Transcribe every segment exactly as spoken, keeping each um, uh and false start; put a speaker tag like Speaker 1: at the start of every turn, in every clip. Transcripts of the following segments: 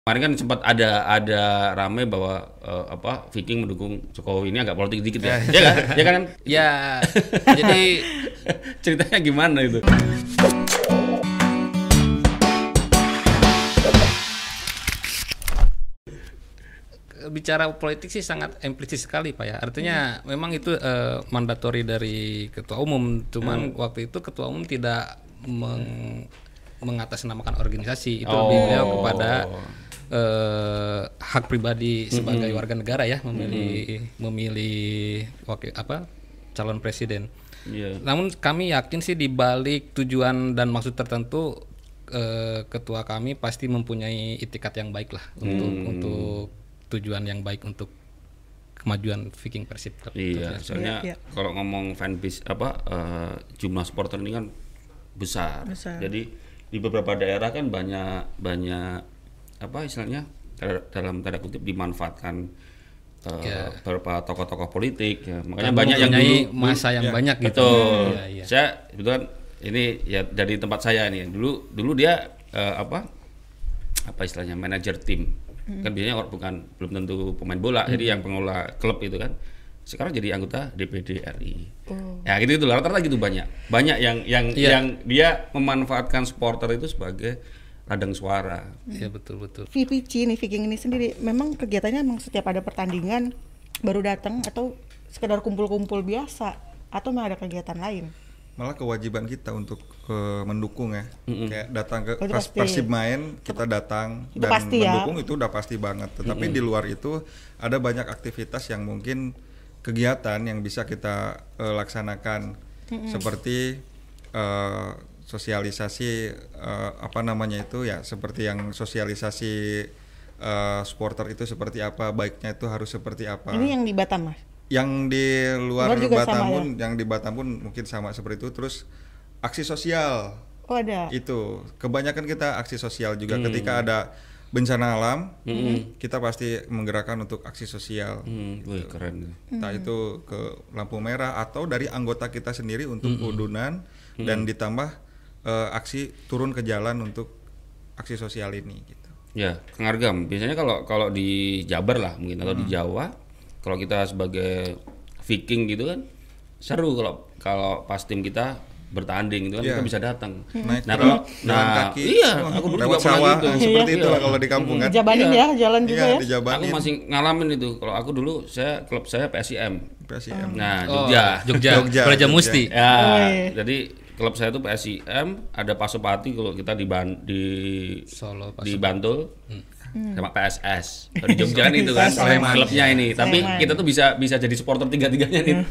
Speaker 1: Kemarin kan sempat ada ada rame bahwa uh, apa Viking mendukung Jokowi, ini agak politik dikit ya. Ya kan? Ya kan?
Speaker 2: Ya. Jadi
Speaker 1: ceritanya gimana itu?
Speaker 2: bicara politik sih sangat implisit sekali Pak ya. Artinya hmm. memang itu uh, mandatori dari ketua umum. Cuman hmm. waktu itu ketua umum tidak meng, mengatasnamakan organisasi. Itu
Speaker 1: oh.
Speaker 2: lebih beliau kepada uh, hak pribadi sebagai hmm. warga negara ya, memilih hmm. memilih wakil apa calon presiden. Yeah. Namun kami yakin sih di balik tujuan dan maksud tertentu uh, ketua kami pasti mempunyai itikat yang baik lah hmm. untuk untuk tujuan yang baik untuk kemajuan Viking Persib.
Speaker 1: Iya, soalnya ya, ya. Kalau ngomong fanbase apa uh, jumlah supporter ini kan besar. besar. Jadi di beberapa daerah kan banyak banyak apa istilahnya dalam tanda kutip dimanfaatkan uh, ya. beberapa tokoh-tokoh politik. Ya. Makanya Kamu banyak yang dulu
Speaker 2: masa yang ya. banyak gitu.
Speaker 1: Betul. Ya, ya. Saya kebetulan ini ya dari tempat saya nih. Dulu dulu dia uh, apa apa istilahnya manajer tim. Hmm. Kan biasanya orang bukan belum tentu pemain bola, hmm. jadi yang pengelola klub itu kan sekarang jadi anggota D P D R I. Oh. Ya gitu itu rata-rata gitu banyak. Banyak yang yang yeah. yang dia memanfaatkan supporter itu sebagai ladang suara.
Speaker 2: Iya hmm. betul betul.
Speaker 3: V P C nih Viking ini sendiri memang kegiatannya memang setiap ada pertandingan baru datang atau sekedar kumpul-kumpul biasa atau memang ada kegiatan lain?
Speaker 4: Malah kewajiban kita untuk uh, mendukung ya, mm-hmm. kayak datang ke
Speaker 3: oh,
Speaker 4: pas Persib main kita datang
Speaker 3: itu
Speaker 4: dan
Speaker 3: pasti
Speaker 4: mendukung
Speaker 3: ya.
Speaker 4: Itu udah pasti banget. Tetapi mm-hmm. di luar itu ada banyak aktivitas yang mungkin kegiatan yang bisa kita uh, laksanakan mm-hmm. seperti uh, sosialisasi uh, apa namanya itu ya seperti yang sosialisasi uh, supporter itu seperti apa, baiknya itu harus seperti apa.
Speaker 3: Ini yang di Batam Mas?
Speaker 4: Yang di luar Batam pun,
Speaker 3: ya?
Speaker 4: yang di Batam pun mungkin sama seperti itu. Terus aksi sosial.
Speaker 3: Oh ada.
Speaker 4: Itu kebanyakan kita aksi sosial juga. Hmm. Ketika ada bencana alam, hmm. kita pasti menggerakkan untuk aksi sosial.
Speaker 1: Hmm. Wih, keren.
Speaker 4: Entah hmm. itu ke lampu merah atau dari anggota kita sendiri untuk hmm. udunan hmm. dan ditambah uh, aksi turun ke jalan untuk aksi sosial ini. Gitu.
Speaker 1: Ya, Kang Argam. Biasanya kalau kalau di Jabar lah mungkin atau hmm. di Jawa. Kalau kita sebagai Viking gitu kan seru kalau kalau pas tim kita bertanding itu kan yeah. kita bisa datang.
Speaker 4: Naik
Speaker 1: nah kalau
Speaker 4: nah kaki,
Speaker 1: iya aku dulu juga pernah gitu.
Speaker 4: Seperti
Speaker 3: iya.
Speaker 4: itulah kalau di kampung kan.
Speaker 3: Dijabanin
Speaker 1: iya.
Speaker 3: ya jalan juga
Speaker 4: iya,
Speaker 3: ya.
Speaker 4: Dijabanin.
Speaker 1: Aku masih ngalamin itu. Kalau aku dulu saya klub saya P S I M.
Speaker 4: P S I M.
Speaker 1: Nah,
Speaker 2: oh,
Speaker 1: Jogja.
Speaker 2: Jogja. Jogja. Praja Musti.
Speaker 1: Ya. Oh, iya. Jadi klub saya itu P S I M, ada Pasopati kalau kita di Ban- di
Speaker 2: Solo
Speaker 1: di Bantul. Hmm. Sama P S S di Jogja kan itu kan
Speaker 3: Sleman.
Speaker 1: klubnya ini tapi
Speaker 3: Sleman.
Speaker 1: kita tuh bisa bisa jadi supporter tiga-tiganya nih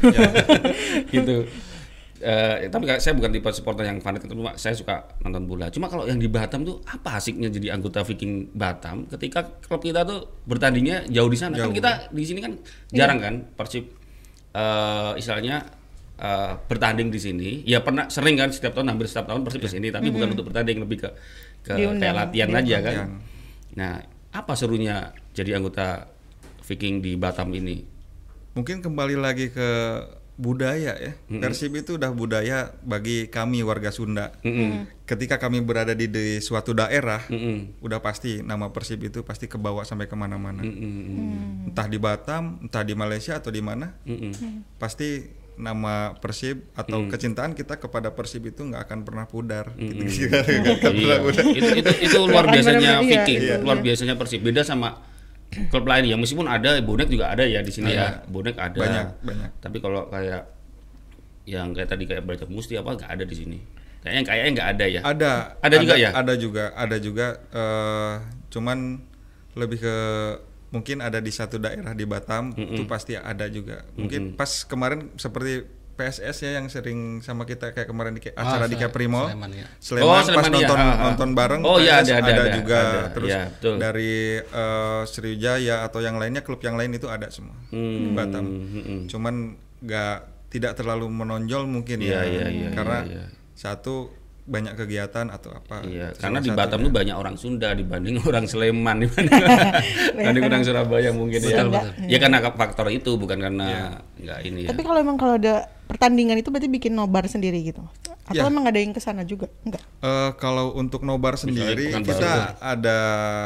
Speaker 1: gitu uh, tapi saya bukan tipe supporter yang fanatik, cuma saya suka nonton bola. Cuma kalau yang di Batam tuh apa asiknya jadi anggota Viking Batam ketika klub kita tuh bertandingnya jauh di sana jauh. Kan kita di sini kan jarang yeah. kan Persib uh, istilahnya uh, bertanding di sini ya pernah sering kan setiap tahun hampir setiap tahun Persib di sini tapi mm-hmm. bukan untuk bertanding, lebih ke ke kayak latihan aja kan. Nah, apa serunya jadi anggota Viking di Batam ini?
Speaker 4: Mungkin kembali lagi ke budaya ya. Mm-hmm. Persib itu udah budaya bagi kami warga Sunda. Mm-hmm. Ketika kami berada di, di suatu daerah, mm-hmm. udah pasti nama Persib itu pasti kebawa sampai kemana-mana. Mm-hmm. Entah di Batam, entah di Malaysia atau di mana, mm-hmm. pasti nama Persib atau hmm. kecintaan kita kepada Persib itu nggak akan pernah pudar. Hmm. Gitu, gitu,
Speaker 1: iya. pernah pudar. Itu, itu, itu luar biasanya Viking, iya, luar iya. biasanya Persib. Beda sama klub lain ya, meskipun ada bonek juga ada ya di sini ya, bonek ada.
Speaker 4: Banyak, banyak.
Speaker 1: Tapi kalau kayak yang kayak tadi kayak Praja Musti apa nggak ada di sini. Kayaknya kayaknya nggak ada ya.
Speaker 4: Ada.
Speaker 1: Ada, ada juga ya.
Speaker 4: Ada juga, ada juga. Uh, cuman lebih ke mungkin ada di satu daerah di Batam, mm-hmm. itu pasti ada juga. Mungkin mm-hmm. pas kemarin seperti P S S ya yang sering sama kita kayak kemarin di acara oh, di Caprimo, Sleman, ya. Sleman, oh, Sleman pas ya. nonton
Speaker 1: ah,
Speaker 4: nonton bareng,
Speaker 1: oh,
Speaker 4: P S S
Speaker 1: ya, ada, ada,
Speaker 4: ada
Speaker 1: ada
Speaker 4: juga.
Speaker 1: ada,
Speaker 4: Terus
Speaker 1: ya,
Speaker 4: dari uh, Sriwijaya atau yang lainnya, klub yang lain itu ada semua hmm. di Batam. Hmm. Cuman nggak tidak terlalu menonjol mungkin
Speaker 1: ya,
Speaker 4: ya,
Speaker 1: ya, ya
Speaker 4: karena
Speaker 1: ya, ya.
Speaker 4: satu banyak kegiatan atau apa.
Speaker 1: Iya, karena di Batam tuh banyak orang Sunda dibanding orang Sleman dibanding, dibanding orang Surabaya mungkin ya.
Speaker 3: Betul.
Speaker 1: Ya karena faktor itu bukan karena nggak ya. ini ya.
Speaker 3: Tapi kalau emang kalau ada pertandingan itu berarti bikin nobar sendiri gitu. Atau
Speaker 4: ya.
Speaker 3: emang ada yang kesana juga? Enggak.
Speaker 4: Uh, kalau untuk nobar sendiri kita baru. ada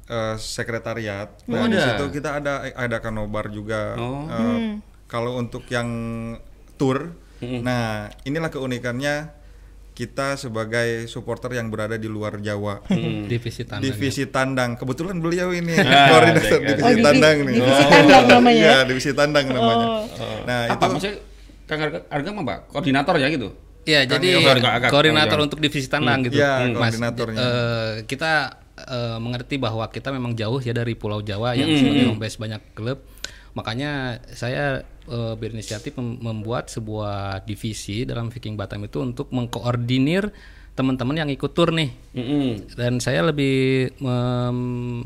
Speaker 4: uh, sekretariat.
Speaker 1: Oh,
Speaker 4: Nah, di
Speaker 1: ada.
Speaker 4: situ kita ada ada kanobar juga.
Speaker 1: Oh.
Speaker 4: Uh,
Speaker 3: Hmm.
Speaker 4: Kalau untuk yang tour,
Speaker 1: Hmm.
Speaker 4: nah inilah keunikannya kita sebagai supporter yang berada di luar Jawa.
Speaker 1: Hmm.
Speaker 2: divisi tandang.
Speaker 4: Divisi tandang. Kebetulan beliau ini
Speaker 1: Ah,
Speaker 4: koordinator
Speaker 1: ada-
Speaker 4: divisi
Speaker 3: Oh, divi-
Speaker 4: tandang nih.
Speaker 3: divisi tandang namanya ya?
Speaker 4: Iya, divisi tandang namanya.
Speaker 3: Oh.
Speaker 4: Nah,
Speaker 1: Apa
Speaker 4: itu
Speaker 1: maksudnya Kang Arga, Arga apa, Mbak? Koordinator ya gitu?
Speaker 2: Ya,
Speaker 4: Kang
Speaker 2: jadi
Speaker 1: Yoga agak- agak-
Speaker 2: koordinator
Speaker 1: agak-
Speaker 2: untuk divisi tandang gitu.
Speaker 4: Iya,
Speaker 2: Mas.
Speaker 4: koordinatornya.
Speaker 2: Eh, kita eh, mengerti bahwa kita memang jauh ya dari Pulau Jawa yang
Speaker 1: Mm-mm.
Speaker 2: sebagai home base banyak klub. Makanya saya eh, berinisiatif mem- membuat sebuah divisi dalam Viking Batam itu untuk mengkoordinir teman-teman yang ikut tur nih.
Speaker 1: Mm-mm.
Speaker 2: Dan saya lebih mem-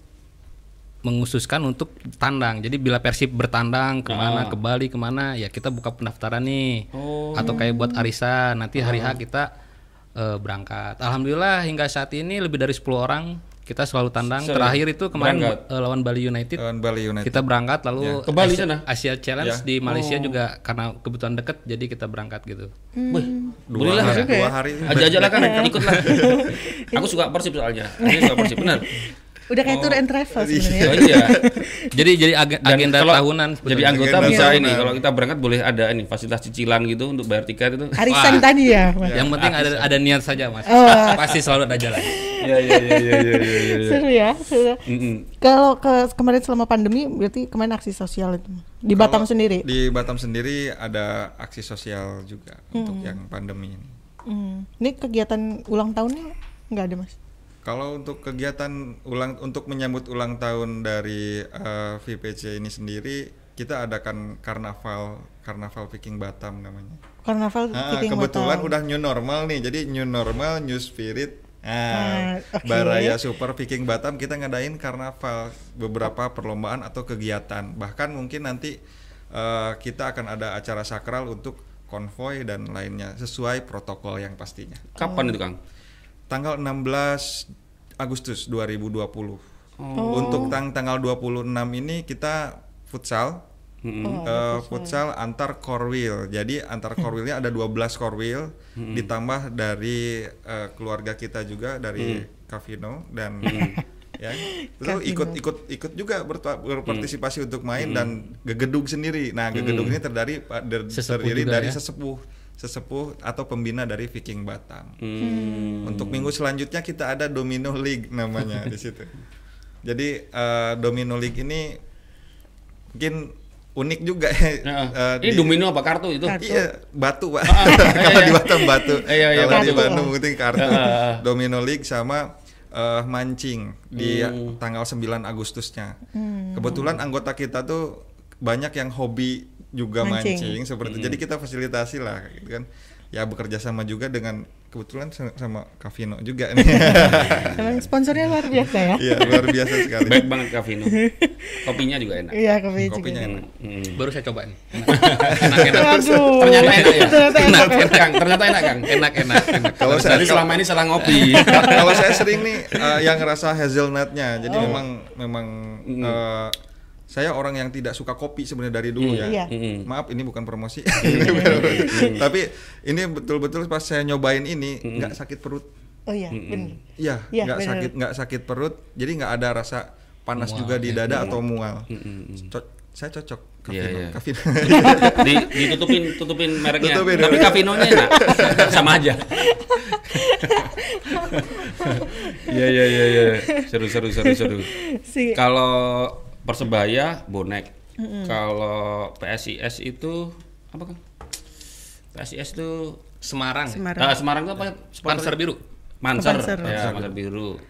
Speaker 2: menghususkan untuk tandang. Jadi bila Persib bertandang kemana,
Speaker 1: Ah.
Speaker 2: ke Bali kemana, ya kita buka pendaftaran nih.
Speaker 1: Oh.
Speaker 2: Atau kayak buat arisan, nanti hari H kita eh, berangkat. Alhamdulillah hingga saat ini lebih dari sepuluh orang kita selalu tandang.
Speaker 1: Sering
Speaker 2: Terakhir itu kemarin
Speaker 1: berangkat.
Speaker 2: eh, lawan Bali United.
Speaker 4: lawan Bali United.
Speaker 2: Kita berangkat lalu
Speaker 1: Ya, ke Bali
Speaker 2: Asia,
Speaker 1: sana?
Speaker 2: Asia Challenge
Speaker 4: Ya.
Speaker 2: di Malaysia
Speaker 1: Oh.
Speaker 2: juga karena kebutuhan deket jadi kita berangkat gitu.
Speaker 1: Wih,
Speaker 4: dua
Speaker 1: bolehlah
Speaker 4: hari,
Speaker 3: juga ya?
Speaker 4: dua hari.
Speaker 1: aja-aja lah kan, ikutlah. Aku suka Persib soalnya. Aku suka Persib benar.
Speaker 3: Udah kayak tour and travel
Speaker 1: Oh
Speaker 3: sebenarnya.
Speaker 1: iya.
Speaker 2: Jadi jadi ag-
Speaker 1: Dan
Speaker 2: agenda
Speaker 1: kalau
Speaker 2: tahunan
Speaker 1: jadi
Speaker 2: sebenarnya.
Speaker 1: anggota
Speaker 4: Agenda
Speaker 1: bisa
Speaker 4: tahunan.
Speaker 1: ini. Kalau kita berangkat boleh ada ini fasilitas cicilan gitu untuk bayar tiket itu.
Speaker 3: Arisan
Speaker 2: Wah.
Speaker 3: tadi ya, Mas?
Speaker 2: Yang penting ada ada niat saja, Mas.
Speaker 3: Oh.
Speaker 2: Pasti selalu ada jalan.
Speaker 1: Iya iya iya iya iya iya.
Speaker 3: Seru ya, seru.
Speaker 1: Mm-mm.
Speaker 3: Kalau ke kemarin selama pandemi berarti kemarin aksi sosial itu di
Speaker 4: Kalau
Speaker 3: Batam sendiri.
Speaker 4: Di Batam sendiri ada aksi sosial juga
Speaker 3: Hmm.
Speaker 4: untuk yang pandemi ini.
Speaker 3: Hmm. Ini kegiatan ulang tahunnya nggak ada, Mas?
Speaker 4: Kalau untuk kegiatan ulang untuk menyambut ulang tahun dari uh, V P C ini sendiri, kita adakan karnaval karnaval Viking Batam namanya.
Speaker 3: Karnaval
Speaker 4: Ah,
Speaker 3: Viking
Speaker 4: kebetulan
Speaker 3: Batam.
Speaker 4: udah new normal nih, jadi new normal, new spirit.
Speaker 3: Ah,
Speaker 4: Ah,
Speaker 3: oke.
Speaker 4: Baraya Super Viking Batam kita ngadain karnaval, beberapa perlombaan atau kegiatan. Bahkan mungkin nanti uh, kita akan ada acara sakral untuk konvoy dan lainnya sesuai protokol yang pastinya.
Speaker 1: Kapan itu, Kang?
Speaker 4: Tanggal enam belas Agustus dua ribu dua puluh.
Speaker 3: Oh.
Speaker 4: Untuk tang tanggal dua puluh enam ini kita futsal.
Speaker 1: Mm-mm.
Speaker 3: Oh, ada
Speaker 4: Eh,
Speaker 3: futsal.
Speaker 4: futsal antar korwil. Jadi antar korwilnya ada dua belas korwil ditambah dari eh, keluarga kita juga dari Kavino dan ya. Terus
Speaker 3: Kavino.
Speaker 4: ikut ikut ikut juga berta- berpartisipasi untuk main dan gegedung sendiri. Nah, gegedung ini terdiri der-
Speaker 2: Sesepuh
Speaker 4: terdiri
Speaker 2: juga
Speaker 4: dari
Speaker 2: ya?
Speaker 4: sesepuh sesepuh atau pembina dari Viking Batam.
Speaker 1: Hmm.
Speaker 4: Untuk minggu selanjutnya kita ada Domino League namanya di situ. Jadi eh, Domino League ini mungkin unik juga ya.
Speaker 1: Nah,
Speaker 4: Eh,
Speaker 1: ini
Speaker 4: di-
Speaker 1: domino apa kartu itu?
Speaker 3: Kartu.
Speaker 4: Iya, batu Pak.
Speaker 1: Ah, iya,
Speaker 4: Kalau
Speaker 1: iya.
Speaker 4: di Batam batu.
Speaker 1: Iya, iya,
Speaker 4: Kalau di
Speaker 3: batu.
Speaker 4: Bandung mungkin kartu.
Speaker 1: Ah, ah, ah.
Speaker 4: Domino League sama eh, mancing di
Speaker 1: Hmm.
Speaker 4: tanggal sembilan Agustusnya. Kebetulan anggota kita tuh banyak yang hobi juga
Speaker 3: Mancing.
Speaker 4: mancing, seperti itu. Jadi kita fasilitasi lah gitu kan. Ya bekerja sama juga dengan kebetulan sama- sama Kavino juga nih.
Speaker 3: Emang sponsornya luar biasa ya?
Speaker 4: Iya, luar biasa sekali.
Speaker 1: Baik banget Kavino. Kopinya juga enak.
Speaker 3: Iya, kopi
Speaker 4: Kopinya
Speaker 3: juga.
Speaker 4: enak.
Speaker 1: Hmm.
Speaker 2: Baru saya coba nih. Enak-enak.
Speaker 3: Aduh.
Speaker 1: Ternyata enak ya.
Speaker 3: Ternyata enak.
Speaker 1: Kang, ternyata enak, Kang.
Speaker 2: Enak-enak. enak.
Speaker 4: Kalau saya
Speaker 1: Jadi selama ini salah ngopi.
Speaker 4: kalau saya sering nih eh, yang ngerasa hazelnutnya, jadi memang memang eh, saya orang yang tidak suka kopi sebenarnya dari dulu ya.
Speaker 3: Iya.
Speaker 1: Mm-mm.
Speaker 4: Maaf ini bukan promosi. Tapi ini betul-betul pas saya nyobain ini nggak sakit perut.
Speaker 3: Oh iya, benar.
Speaker 4: Iya,
Speaker 3: Iya,
Speaker 4: nggak
Speaker 3: benar.
Speaker 4: sakit nggak sakit perut. Jadi nggak ada rasa panas
Speaker 2: Mual,
Speaker 4: juga di
Speaker 2: ya.
Speaker 4: dada atau mual.
Speaker 1: Mm-mm.
Speaker 4: Co- saya cocok
Speaker 1: Iya,
Speaker 4: Kavino.
Speaker 1: iya.
Speaker 4: Kavino.
Speaker 1: Di, ditutupin tutupin mereknya.
Speaker 4: Tutupin.
Speaker 1: Tapi Kavinonya enak. Sama aja. Iya iya iya iya. Seru seru seru seru.
Speaker 3: Si
Speaker 1: Kalau Persebaya bonek. Kalau P S I S itu apa, Kang? P S I S itu
Speaker 2: Semarang.
Speaker 3: Semarang.
Speaker 1: Ah, Semarang itu apa? Supporter-
Speaker 2: Panser biru.
Speaker 1: Manser,
Speaker 3: Panser.
Speaker 1: ya, Manser biru.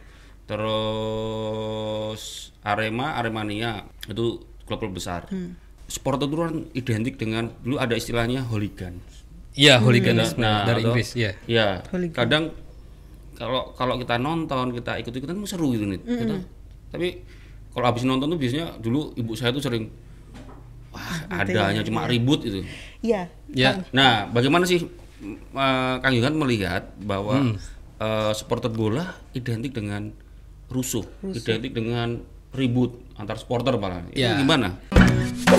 Speaker 1: Terus Arema, Aremania itu klub-klub besar. Supporter itu kan identik dengan dulu ada istilahnya hooligan.
Speaker 2: Iya, hooliganisme
Speaker 1: Nah,
Speaker 2: dari
Speaker 1: atau-
Speaker 2: Inggris, iya.
Speaker 1: Ya,
Speaker 3: Hooligan.
Speaker 1: kadang kalau kalau kita nonton, kita ikut-ikutan kan seru gitu nih. Kita- tapi kalau habis nonton tuh biasanya dulu ibu saya tuh sering wah,
Speaker 3: Gitu
Speaker 1: adanya
Speaker 3: ya,
Speaker 1: cuma
Speaker 3: iya.
Speaker 1: ribut itu.
Speaker 3: Iya.
Speaker 2: Ya.
Speaker 1: Nah, bagaimana sih eh, Kang Yuhan melihat bahwa eh, supporter bola identik dengan rusuh, identik dengan ribut antar supporter malah. Itu
Speaker 2: Ya.
Speaker 1: gimana?